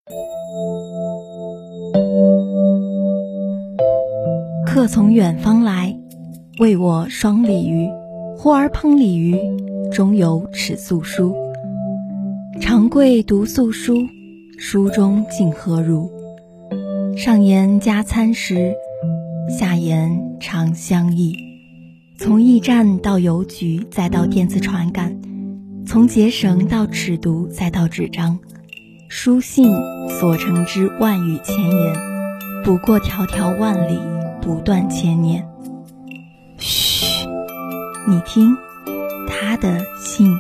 客从远方来，为我双鲤鱼。忽而烹鲤鱼，中有尺素书。长贵读素书，书中竟何如？上言加餐食，下言长相忆。从驿站到邮局，再到电子传感，从结绳到尺牍，再到纸张，书信所成之万语千言，不过迢迢万里，不断千年。嘘，你听，他的信。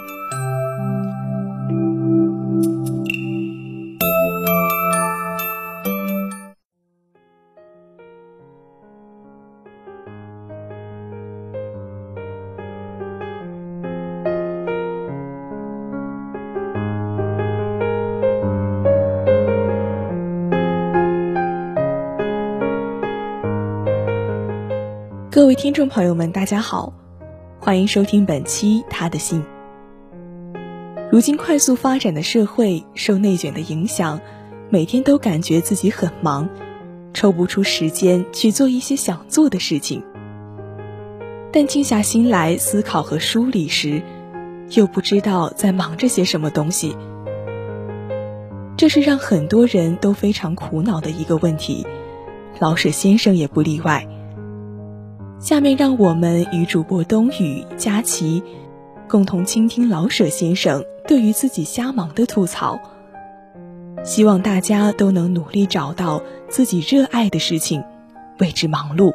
各位听众朋友们，大家好，欢迎收听本期他的信。如今快速发展的社会，受内卷的影响，每天都感觉自己很忙，抽不出时间去做一些想做的事情。但静下心来思考和梳理时，又不知道在忙着些什么东西。这是让很多人都非常苦恼的一个问题，老舍先生也不例外。下面让我们与主播冬雨、佳琪共同倾听老舍先生对于自己瞎忙的吐槽，希望大家都能努力找到自己热爱的事情，为之忙碌。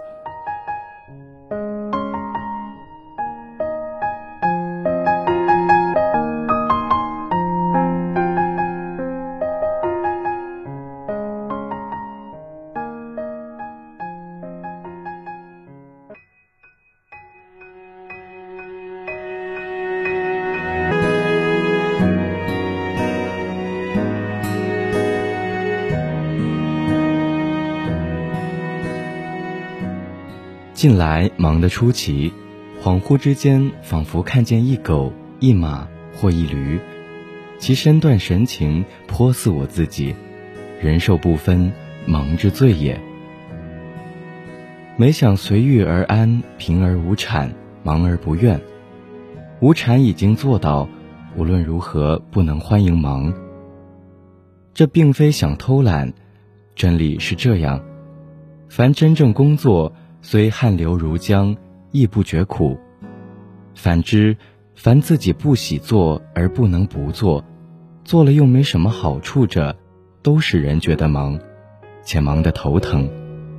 近来忙得出奇，恍惚之间仿佛看见一狗一马或一驴，其身段神情颇似我自己，人兽不分，忙之最也。每想随遇而安，平而无产，忙而不怨。无产已经做到，无论如何不能欢迎忙。这并非想偷懒，真理是这样，凡真正工作，虽汗流如浆，亦不觉苦。反之，凡自己不喜做而不能不做，做了又没什么好处者，都使人觉得忙，且忙得头疼。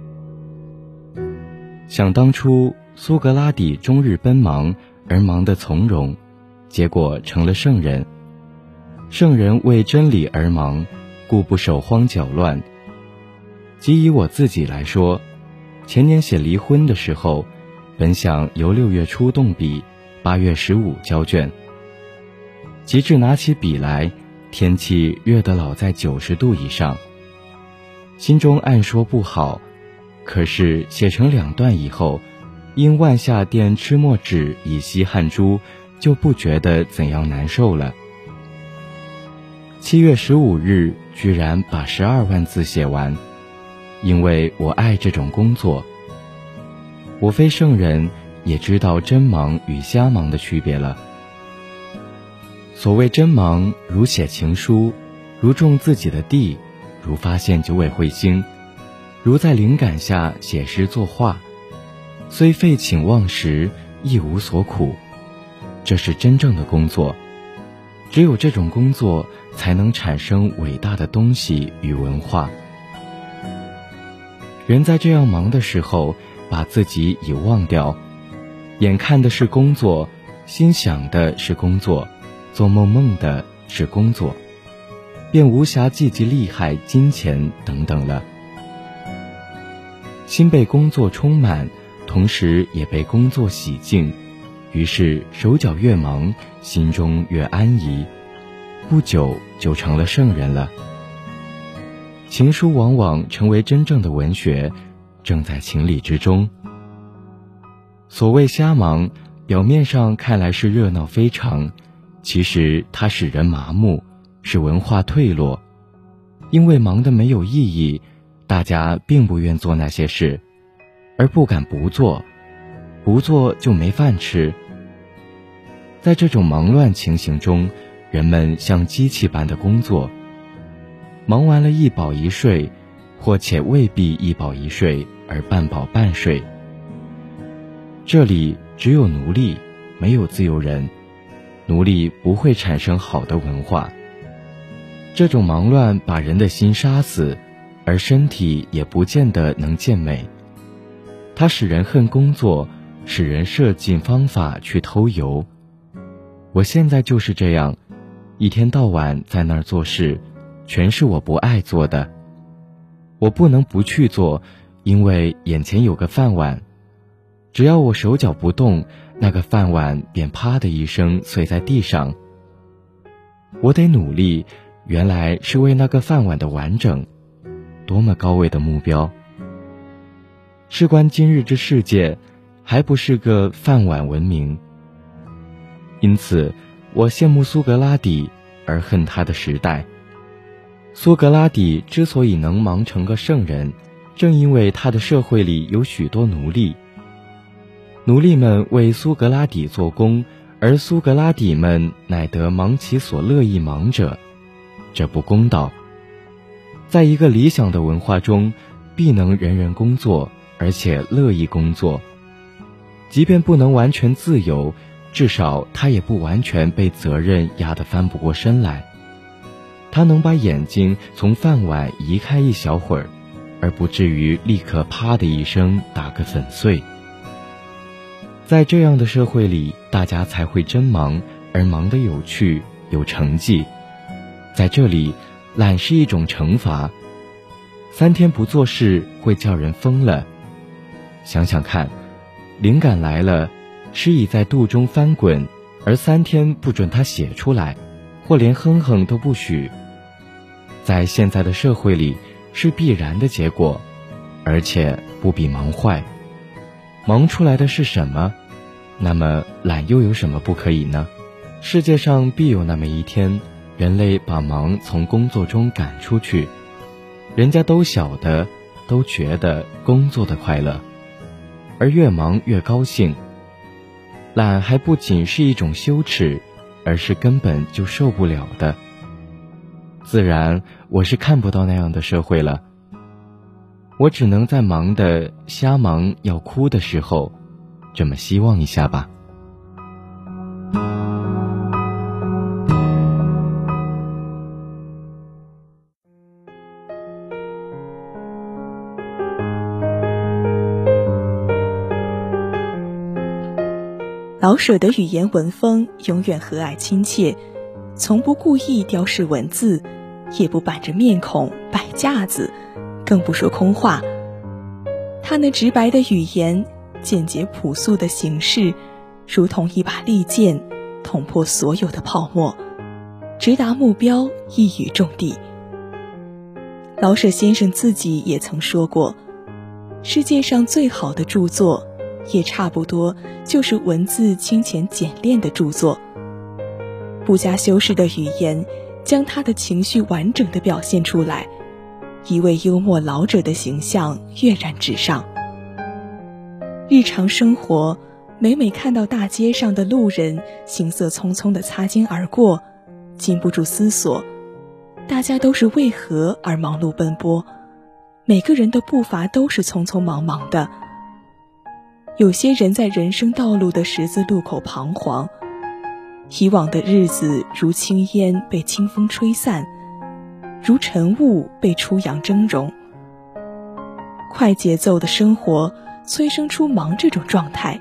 想当初苏格拉底终日奔忙而忙得从容，结果成了圣人。圣人为真理而忙，故不手慌脚乱。即以我自己来说，前年写离婚的时候，本想由6月初动笔，8月15交卷。及至拿起笔来，天气热得老在90度以上，心中暗说不好，可是写成2段以后，因万下垫吃墨纸以吸汗珠，就不觉得怎样难受了。7月15日居然把12万字写完，因为我爱这种工作。我非圣人，也知道真忙与瞎忙的区别了。所谓真忙，如写情书，如种自己的地，如发现九尾彗星，如在灵感下写诗作画，虽废寝忘食，亦无所苦。这是真正的工作，只有这种工作才能产生伟大的东西与文化。人在这样忙的时候，把自己已忘掉，眼看的是工作，心想的是工作，做梦梦的是工作，便无暇计及利害、金钱等等了。心被工作充满，同时也被工作洗净，于是手脚越忙，心中越安逸，不久就成了圣人了。情书往往成为真正的文学，正在情理之中。所谓瞎忙，表面上看来是热闹非常，其实它使人麻木，使文化退落。 因为忙得没有意义，大家并不愿做那些事，而不敢不做，不做就没饭吃。在这种忙乱情形中，人们像机器般的工作，忙完了一饱一睡，或且未必一饱一睡，而半饱半睡。这里只有奴隶，没有自由人，奴隶不会产生好的文化。这种忙乱把人的心杀死，而身体也不见得能健美。它使人恨工作，使人设尽方法去偷油。我现在就是这样，一天到晚在那儿做事，全是我不爱做的。我不能不去做，因为眼前有个饭碗，只要我手脚不动，那个饭碗便啪的一声碎在地上。我得努力，原来是为那个饭碗的完整，多么高位的目标！事关今日之世界，还不是个饭碗文明。因此，我羡慕苏格拉底，而恨他的时代。苏格拉底之所以能忙成个圣人，正因为他的社会里有许多奴隶。奴隶们为苏格拉底做工，而苏格拉底们乃得忙其所乐意忙者，这不公道。在一个理想的文化中，必能人人工作，而且乐意工作。即便不能完全自由，至少他也不完全被责任压得翻不过身来。他能把眼睛从饭碗移开一小会儿，而不至于立刻啪的一声打个粉碎。在这样的社会里，大家才会真忙，而忙得有趣有成绩。在这里，懒是一种惩罚，3天不做事会叫人疯了。想想看，灵感来了，诗已在肚中翻滚，而3天不准它写出来，或连哼哼都不许。在现在的社会里，是必然的结果，而且不比忙坏。忙出来的是什么？那么懒又有什么不可以呢？世界上必有那么一天，人类把忙从工作中赶出去，人家都晓得，都觉得工作的快乐，而越忙越高兴。懒还不仅是一种羞耻，而是根本就受不了的。自然，我是看不到那样的社会了。我只能在忙的瞎忙要哭的时候，这么希望一下吧。 老舍的语言文风永远和蔼亲切，从不故意雕饰文字，也不板着面孔摆架子，更不说空话。他那直白的语言，简洁朴素的形式，如同一把利剑，捅破所有的泡沫，直达目标，一语中的。老舍先生自己也曾说过，世界上最好的著作，也差不多就是文字清浅简练的著作。不加修饰的语言，将他的情绪完整地表现出来，一位幽默老者的形象跃然纸上。日常生活，每每看到大街上的路人行色匆匆地擦肩而过，禁不住思索，大家都是为何而忙碌奔波，每个人的步伐都是匆匆忙忙的。有些人在人生道路的十字路口彷徨，以往的日子如轻烟被清风吹散，如晨雾被初阳蒸融。快节奏的生活催生出忙这种状态。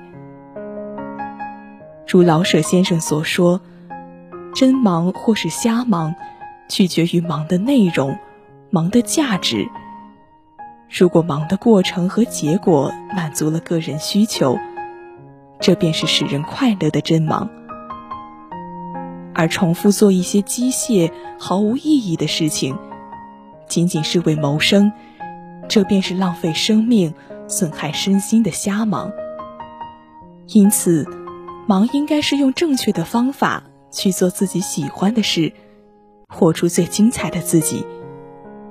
如老舍先生所说，真忙或是瞎忙，取决于忙的内容，忙的价值。如果忙的过程和结果满足了个人需求，这便是使人快乐的真忙。而重复做一些机械毫无意义的事情，仅仅是为谋生，这便是浪费生命、损害身心的瞎忙。因此，忙应该是用正确的方法去做自己喜欢的事，活出最精彩的自己。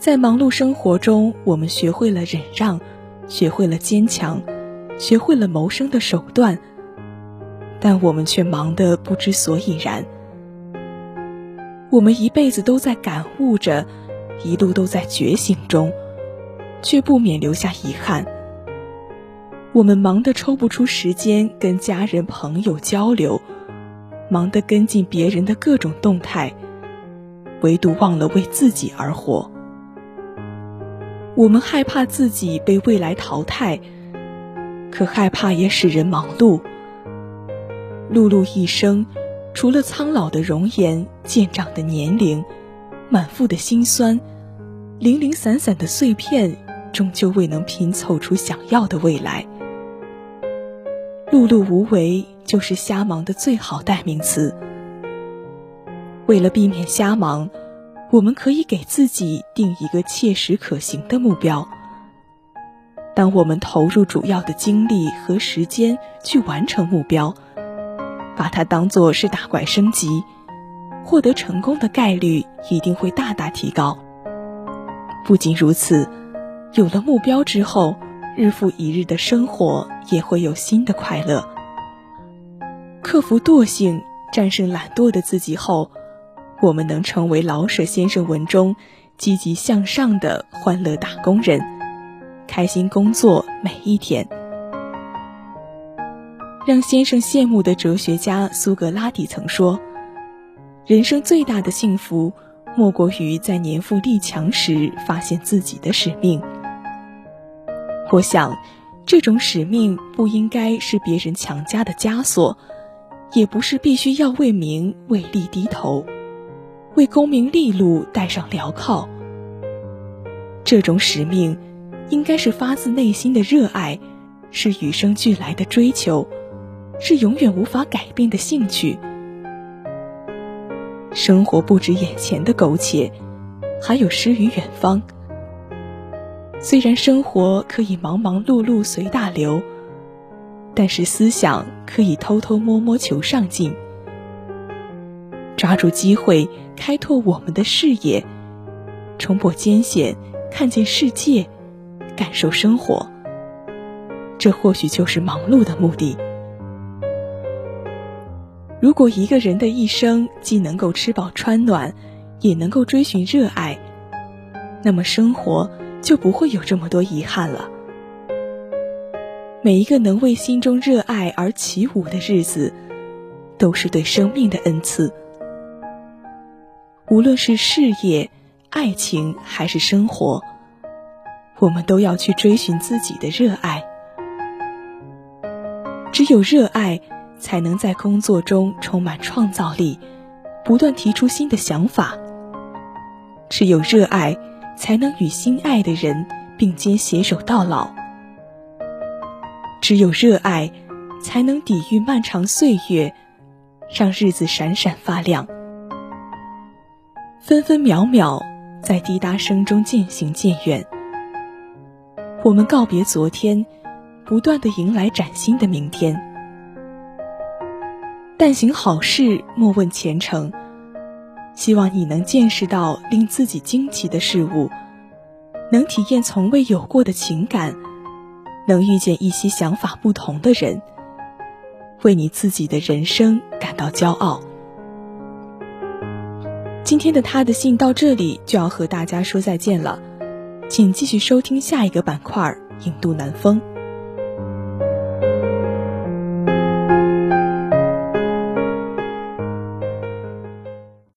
在忙碌生活中，我们学会了忍让，学会了坚强，学会了谋生的手段，但我们却忙得不知所以然。我们一辈子都在感悟着，一路都在觉醒中，却不免留下遗憾。我们忙得抽不出时间跟家人朋友交流，忙得跟进别人的各种动态，唯独忘了为自己而活。我们害怕自己被未来淘汰，可害怕也使人忙碌。碌碌一生，除了苍老的容颜、渐长的年龄、满腹的辛酸，零零散散的碎片，终究未能拼凑出想要的未来。碌碌无为就是瞎忙的最好代名词。为了避免瞎忙，我们可以给自己定一个切实可行的目标。当我们投入主要的精力和时间去完成目标，把它当作是打怪升级，获得成功的概率一定会大大提高。不仅如此，有了目标之后，日复一日的生活也会有新的快乐。克服惰性，战胜懒惰的自己后，我们能成为老舍先生文中积极向上的欢乐打工人，开心工作每一天。让先生羡慕的哲学家苏格拉底曾说，人生最大的幸福莫过于在年富力强时发现自己的使命。我想，这种使命不应该是别人强加的枷锁，也不是必须要为名为利低头，为功名利禄戴上镣铐。这种使命应该是发自内心的热爱，是与生俱来的追求，是永远无法改变的兴趣。生活不止眼前的苟且，还有诗与远方。虽然生活可以忙忙碌碌随大流，但是思想可以偷偷摸摸求上进。抓住机会，开拓我们的视野，冲破艰险，看见世界，感受生活。这或许就是忙碌的目的。如果一个人的一生既能够吃饱穿暖，也能够追寻热爱，那么生活就不会有这么多遗憾了。每一个能为心中热爱而起舞的日子，都是对生命的恩赐。无论是事业、爱情还是生活，我们都要去追寻自己的热爱。只有热爱，才能在工作中充满创造力，不断提出新的想法。只有热爱，才能与心爱的人并肩携手到老。只有热爱，才能抵御漫长岁月，让日子闪闪发亮。分分秒秒在滴答声中渐行渐远。我们告别昨天，不断地迎来崭新的明天。但行好事，莫问前程。希望你能见识到令自己惊奇的事物，能体验从未有过的情感，能遇见一些想法不同的人，为你自己的人生感到骄傲。今天的他的信到这里就要和大家说再见了，请继续收听下一个板块《引渡南风》。